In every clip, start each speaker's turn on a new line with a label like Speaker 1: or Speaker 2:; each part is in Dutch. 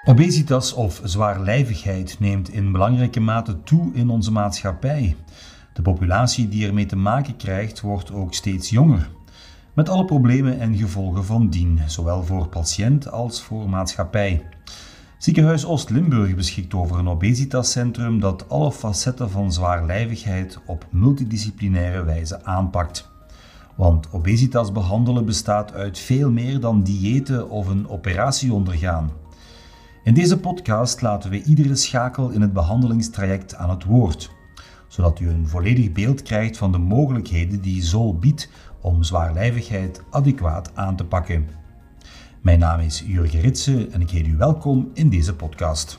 Speaker 1: Obesitas of zwaarlijvigheid neemt in belangrijke mate toe in onze maatschappij. De populatie die ermee te maken krijgt wordt ook steeds jonger. Met alle problemen en gevolgen van dien, zowel voor patiënt als voor maatschappij. Ziekenhuis Oost-Limburg beschikt over een obesitascentrum dat alle facetten van zwaarlijvigheid op multidisciplinaire wijze aanpakt. Want obesitas behandelen bestaat uit veel meer dan diëten of een operatie ondergaan. In deze podcast laten we iedere schakel in het behandelingstraject aan het woord, zodat u een volledig beeld krijgt van de mogelijkheden die ZOL biedt om zwaarlijvigheid adequaat aan te pakken. Mijn naam is Jurgen Ritsen en ik heet u welkom in deze podcast.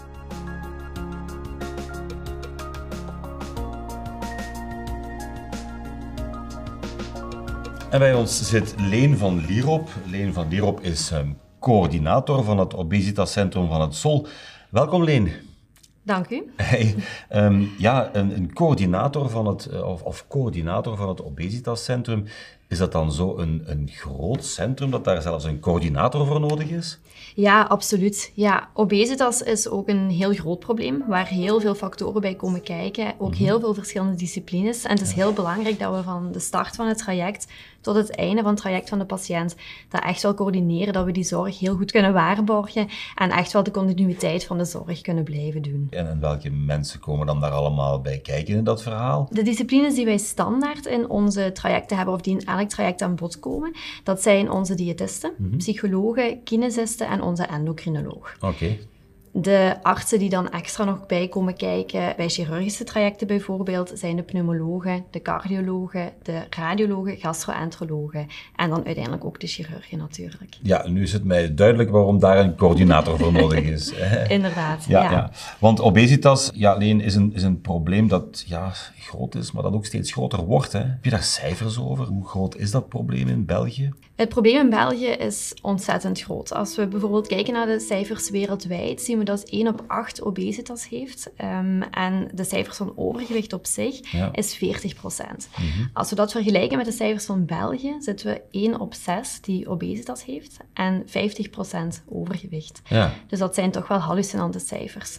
Speaker 1: En bij ons zit Leen van Lierop. Leen van Lierop is coördinator van het obesitascentrum van het ZOL. Welkom Leen.
Speaker 2: Dank u.
Speaker 1: Hey, een coördinator van coördinator van het obesitascentrum. Is dat dan zo een groot centrum dat daar zelfs een coördinator voor nodig is?
Speaker 2: Ja, absoluut. Ja, obesitas is ook een heel groot probleem, waar heel veel factoren bij komen kijken. Ook heel veel verschillende disciplines. En het is heel belangrijk dat we van de start van het traject tot het einde van het traject van de patiënt dat echt wel coördineren, dat we die zorg heel goed kunnen waarborgen en echt wel de continuïteit van de zorg kunnen blijven doen.
Speaker 1: En welke mensen komen dan daar allemaal bij kijken in dat verhaal?
Speaker 2: De disciplines die wij standaard in onze trajecten hebben, of die in elk traject aan bod komen, dat zijn onze diëtisten, psychologen, kinesisten en onze endocrinoloog.
Speaker 1: Oké.
Speaker 2: De artsen die dan extra nog bij komen kijken, bij chirurgische trajecten bijvoorbeeld, zijn de pneumologen, de cardiologen, de radiologen, gastroenterologen en dan uiteindelijk ook de chirurgen natuurlijk.
Speaker 1: Ja, nu is het mij duidelijk waarom daar een coördinator voor nodig is.
Speaker 2: Inderdaad,
Speaker 1: ja. Want obesitas, Leen, is een probleem dat groot is, maar dat ook steeds groter wordt. Hè. Heb je daar cijfers over? Hoe groot is dat probleem in België?
Speaker 2: Het probleem in België is ontzettend groot. Als we bijvoorbeeld kijken naar de cijfers wereldwijd, zien we dat 1 op 8 obesitas heeft. En de cijfers van overgewicht op zich is 40%. Als we dat vergelijken met de cijfers van België, zitten we 1 op 6 die obesitas heeft en 50% overgewicht.
Speaker 1: Ja.
Speaker 2: Dus dat zijn toch wel hallucinante cijfers.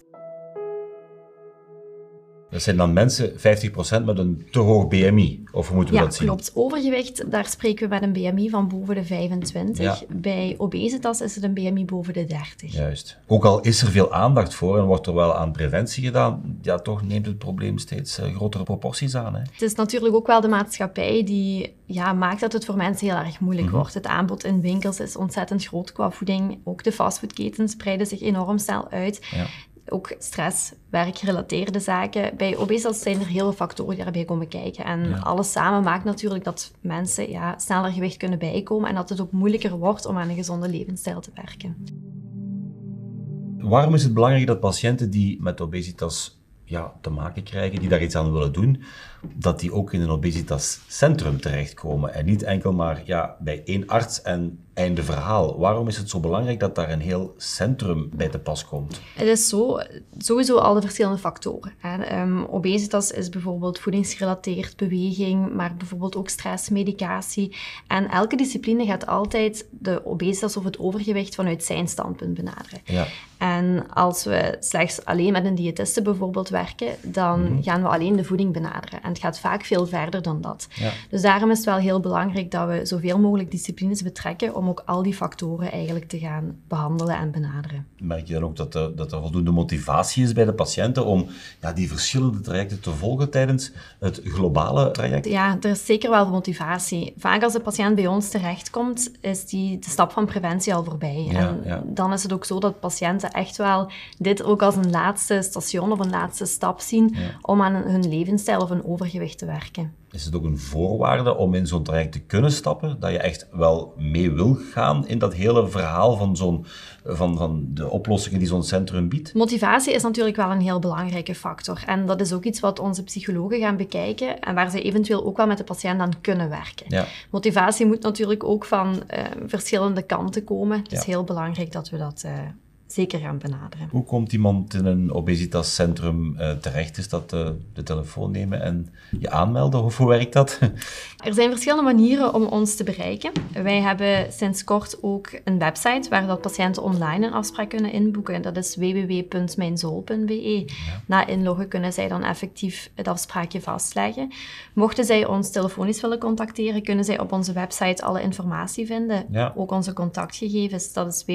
Speaker 1: Dat zijn dan mensen, 50% met een te hoog BMI, of hoe moeten we dat zien?
Speaker 2: Ja, klopt. Overgewicht, daar spreken we met een BMI van boven de 25.
Speaker 1: Ja.
Speaker 2: Bij obesitas is het een BMI boven de 30.
Speaker 1: Juist. Ook al is er veel aandacht voor en wordt er wel aan preventie gedaan, toch neemt het probleem steeds grotere proporties aan. Hè?
Speaker 2: Het is natuurlijk ook wel de maatschappij die maakt dat het voor mensen heel erg moeilijk wordt. Het aanbod in winkels is ontzettend groot qua voeding. Ook de fastfoodketens spreiden zich enorm snel uit. Ja. Ook stress, werkgerelateerde zaken. Bij obesitas zijn er heel veel factoren die daarbij komen kijken. En alles samen maakt natuurlijk dat mensen sneller gewicht kunnen bijkomen en dat het ook moeilijker wordt om aan een gezonde levensstijl te werken.
Speaker 1: Waarom is het belangrijk dat patiënten die met obesitas te maken krijgen, die daar iets aan willen doen, dat die ook in een obesitascentrum terechtkomen en niet enkel maar bij één arts en einde verhaal? Waarom is het zo belangrijk dat daar een heel centrum bij te pas komt?
Speaker 2: Het is sowieso al de verschillende factoren. Obesitas is bijvoorbeeld voedingsgerelateerd, beweging, maar bijvoorbeeld ook stress, medicatie. En elke discipline gaat altijd de obesitas of het overgewicht vanuit zijn standpunt benaderen. Ja. En als we slechts alleen met een diëtiste bijvoorbeeld werken, dan gaan we alleen de voeding benaderen. En het gaat vaak veel verder dan dat. Ja. Dus daarom is het wel heel belangrijk dat we zoveel mogelijk disciplines betrekken om ook al die factoren eigenlijk te gaan behandelen en benaderen.
Speaker 1: Merk je dan ook dat er voldoende motivatie is bij de patiënten om die verschillende trajecten te volgen tijdens het globale traject?
Speaker 2: Ja, er is zeker wel motivatie. Vaak als de patiënt bij ons terechtkomt, is de stap van preventie al voorbij. En dan is het ook zo dat patiënten echt wel dit ook als een laatste station of een laatste stap zien om aan hun levensstijl of hun overgewicht te werken.
Speaker 1: Is het ook een voorwaarde om in zo'n traject te kunnen stappen, dat je echt wel mee wil gaan in dat hele verhaal van de oplossingen die zo'n centrum biedt?
Speaker 2: Motivatie is natuurlijk wel een heel belangrijke factor. En dat is ook iets wat onze psychologen gaan bekijken en waar ze eventueel ook wel met de patiënt aan kunnen werken. Ja. Motivatie moet natuurlijk ook van verschillende kanten komen. Het is heel belangrijk dat we dat zeker gaan benaderen.
Speaker 1: Hoe komt iemand in een obesitascentrum terecht? Is dat de telefoon nemen en je aanmelden? Of hoe werkt dat?
Speaker 2: Er zijn verschillende manieren om ons te bereiken. Wij hebben sinds kort ook een website waar dat patiënten online een afspraak kunnen inboeken. Dat is www.mijnzool.be. Ja. Na inloggen kunnen zij dan effectief het afspraakje vastleggen. Mochten zij ons telefonisch willen contacteren, kunnen zij op onze website alle informatie vinden. Ja. Ook onze contactgegevens, dat is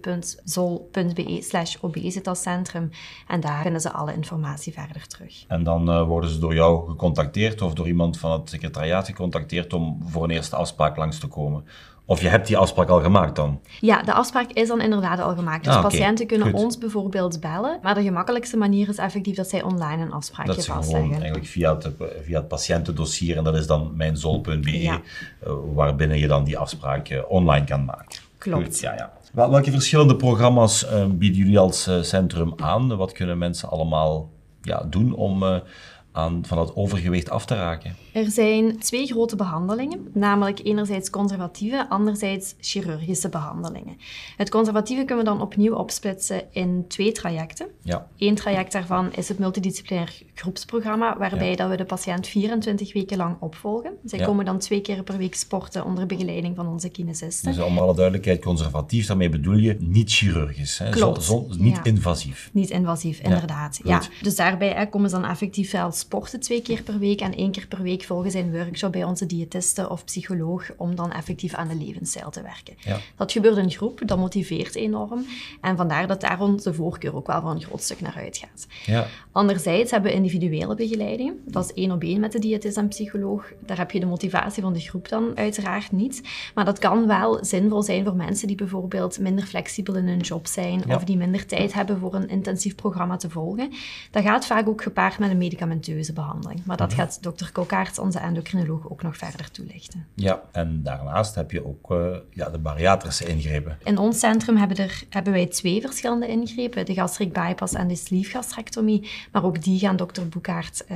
Speaker 2: www.zool.be/obesitascentrum. En daar vinden ze alle informatie verder terug.
Speaker 1: En dan worden ze door jou gecontacteerd of door iemand van het secretariaat gecontacteerd om voor een eerste afspraak langs te komen? Of je hebt die afspraak al gemaakt dan?
Speaker 2: Ja, de afspraak is dan inderdaad al gemaakt. Dus patiënten kunnen ons bijvoorbeeld bellen. Maar de gemakkelijkste manier is effectief dat zij online een afspraakje vastleggen.
Speaker 1: Dat is gewoon eigenlijk via het patiëntendossier. En dat is dan mijnzool.be, waarbinnen je dan die afspraak online kan maken.
Speaker 2: Klopt.
Speaker 1: Goed, ja. Welke verschillende programma's bieden jullie als centrum aan? Wat kunnen mensen allemaal doen om van dat overgewicht af te raken?
Speaker 2: Er zijn 2 grote behandelingen, namelijk enerzijds conservatieve, anderzijds chirurgische behandelingen. Het conservatieve kunnen we dan opnieuw opsplitsen in 2 trajecten. Ja. 1 traject daarvan is het multidisciplinair groepsprogramma, waarbij dat we de patiënt 24 weken lang opvolgen. Zij komen dan 2 keer per week sporten onder begeleiding van onze kinesisten.
Speaker 1: Dus om alle duidelijkheid, conservatief, daarmee bedoel je niet chirurgisch. Hè?
Speaker 2: Klopt.
Speaker 1: Niet invasief.
Speaker 2: Niet invasief, inderdaad. Ja. Dus daarbij komen ze dan effectief wel sporten 2 keer per week en 1 keer per week volgen zij een workshop bij onze diëtiste of psycholoog om dan effectief aan de levensstijl te werken. Ja. Dat gebeurt in groep, dat motiveert enorm en vandaar dat daar onze voorkeur ook wel voor een groot stuk naar uitgaat. Ja. Anderzijds hebben we individuele begeleidingen. Dat is 1-op-1 met de diëtist en psycholoog. Daar heb je de motivatie van de groep dan uiteraard niet. Maar dat kan wel zinvol zijn voor mensen die bijvoorbeeld minder flexibel in hun job zijn of die minder tijd hebben voor een intensief programma te volgen. Dat gaat vaak ook gepaard met een medicamenteuze behandeling. Maar dat gaat dokter Kokkaerts, onze endocrinoloog, ook nog verder toelichten.
Speaker 1: Ja, en daarnaast heb je ook de bariatrische ingrepen.
Speaker 2: In ons centrum hebben wij 2 verschillende ingrepen, de gastric bypass en de sleeve-gastrectomie. Maar ook die gaat dokter Boekaert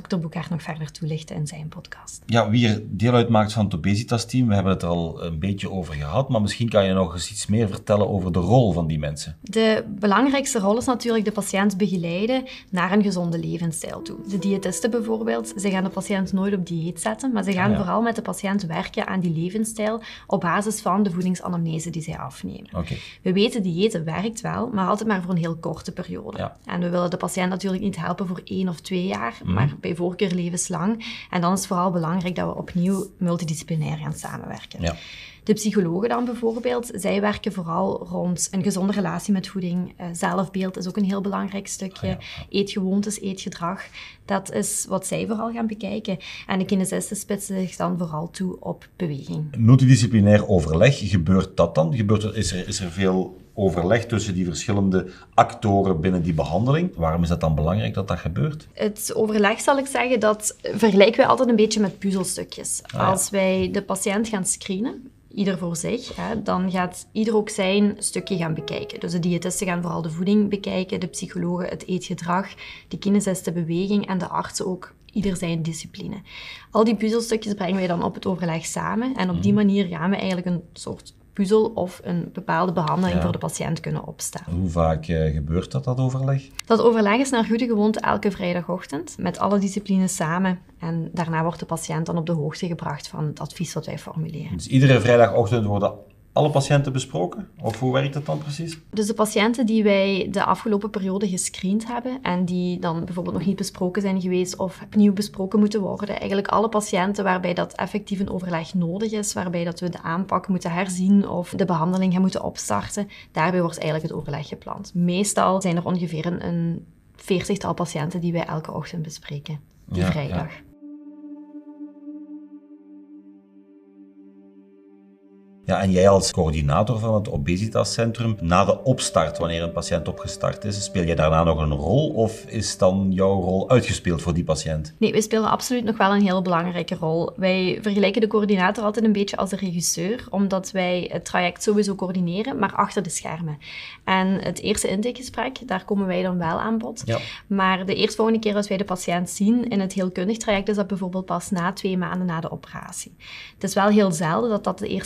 Speaker 2: nog verder toelichten in zijn podcast.
Speaker 1: Ja, wie er deel uitmaakt van het obesitas-team, we hebben het er al een beetje over gehad, maar misschien kan je nog eens iets meer vertellen over de rol van die mensen.
Speaker 2: De belangrijkste rol is natuurlijk de patiënt begeleiden naar een gezonde levensstijl toe. De diëtisten bijvoorbeeld, ze gaan de patiënt nooit op dieet zetten, maar ze gaan vooral met de patiënt werken aan die levensstijl op basis van de voedingsanamnese die zij afnemen. Okay. We weten, diëten werkt wel, maar altijd maar voor een heel korte periode. Ja. En we willen de patiënt natuurlijk niet helpen voor 1 of 2 jaar, maar bij voorkeur levenslang. En dan is het vooral belangrijk dat we opnieuw multidisciplinair gaan samenwerken. Ja. De psychologen dan bijvoorbeeld, zij werken vooral rond een gezonde relatie met voeding. Zelfbeeld is ook een heel belangrijk stukje. Eetgewoontes, eetgedrag, dat is wat zij vooral gaan bekijken. En de kinesisten spitsen zich dan vooral toe op beweging.
Speaker 1: Multidisciplinair overleg, gebeurt dat dan? Is er veel overleg tussen die verschillende actoren binnen die behandeling? Waarom is dat dan belangrijk dat dat gebeurt?
Speaker 2: Het overleg, zal ik zeggen, dat vergelijken wij altijd een beetje met puzzelstukjes. Als wij de patiënt gaan screenen, ieder voor zich, dan gaat ieder ook zijn stukje gaan bekijken. Dus de diëtisten gaan vooral de voeding bekijken, de psychologen het eetgedrag, de kinesisten beweging en de artsen ook ieder zijn discipline. Al die puzzelstukjes brengen wij dan op het overleg samen en op die manier gaan we eigenlijk een soort puzzel of een bepaalde behandeling voor de patiënt kunnen opstellen.
Speaker 1: Hoe vaak gebeurt dat overleg?
Speaker 2: Dat overleg is naar goede gewoonte elke vrijdagochtend met alle disciplines samen. En daarna wordt de patiënt dan op de hoogte gebracht van het advies wat wij formuleren.
Speaker 1: Dus iedere vrijdagochtend worden alle patiënten besproken? Of hoe werkt dat dan precies?
Speaker 2: Dus de patiënten die wij de afgelopen periode gescreend hebben en die dan bijvoorbeeld nog niet besproken zijn geweest of opnieuw besproken moeten worden, eigenlijk alle patiënten waarbij dat effectief een overleg nodig is, waarbij dat we de aanpak moeten herzien of de behandeling gaan moeten opstarten, daarbij wordt eigenlijk het overleg gepland. Meestal zijn er ongeveer een 40-tal patiënten die wij elke ochtend bespreken, die vrijdag. Ja.
Speaker 1: Ja, en jij als coördinator van het obesitascentrum, na de opstart, wanneer een patiënt opgestart is, speel jij daarna nog een rol of is dan jouw rol uitgespeeld voor die patiënt?
Speaker 2: Nee, we spelen absoluut nog wel een heel belangrijke rol. Wij vergelijken de coördinator altijd een beetje als de regisseur, omdat wij het traject sowieso coördineren, maar achter de schermen. En het eerste intakegesprek, daar komen wij dan wel aan bod. Ja. Maar de eerstvolgende keer dat wij de patiënt zien in het heelkundig traject, is dat bijvoorbeeld pas na 2 maanden na de operatie. Het is wel heel zelden dat dat de eerste keer is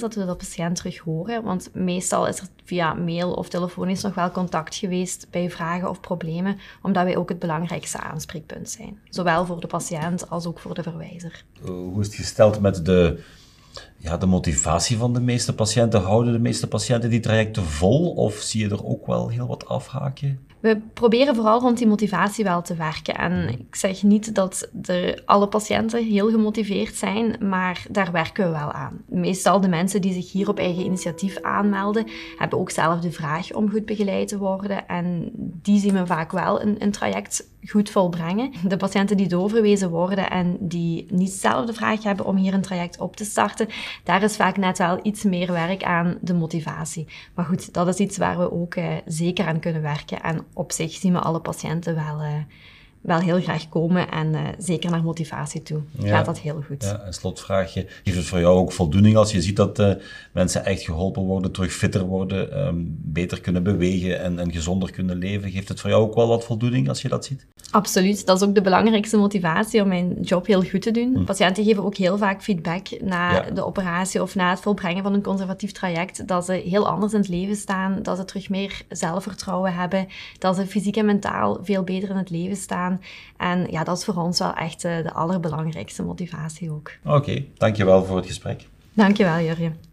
Speaker 2: dat we de patiënt terug horen. Want meestal is er via mail of telefonisch nog wel contact geweest bij vragen of problemen, omdat wij ook het belangrijkste aanspreekpunt zijn. Zowel voor de patiënt als ook voor de verwijzer.
Speaker 3: Hoe is het gesteld met de motivatie van de meeste patiënten? Houden de meeste patiënten die trajecten vol of zie je er ook wel heel wat afhaken?
Speaker 2: We proberen vooral rond die motivatie wel te werken. En ik zeg niet dat alle patiënten heel gemotiveerd zijn, maar daar werken we wel aan. Meestal de mensen die zich hier op eigen initiatief aanmelden, hebben ook zelf de vraag om goed begeleid te worden. En die zien we vaak wel een traject goed volbrengen. De patiënten die doorverwezen worden en die niet zelf de vraag hebben om hier een traject op te starten, daar is vaak net wel iets meer werk aan de motivatie. Maar goed, dat is iets waar we ook zeker aan kunnen werken. En op zich zien we alle patiënten wel heel graag komen en zeker naar motivatie toe gaat dat heel goed.
Speaker 3: Ja, een slotvraagje. Geeft het voor jou ook voldoening als je ziet dat mensen echt geholpen worden, terug fitter worden, beter kunnen bewegen en gezonder kunnen leven? Geeft het voor jou ook wel wat voldoening als je dat ziet?
Speaker 2: Absoluut. Dat is ook de belangrijkste motivatie om mijn job heel goed te doen. Patiënten geven ook heel vaak feedback na de operatie of na het volbrengen van een conservatief traject, dat ze heel anders in het leven staan, dat ze terug meer zelfvertrouwen hebben, dat ze fysiek en mentaal veel beter in het leven staan. En ja, dat is voor ons wel echt de allerbelangrijkste motivatie ook.
Speaker 3: Oké, dankjewel voor het gesprek.
Speaker 2: Dankjewel, Jurjen.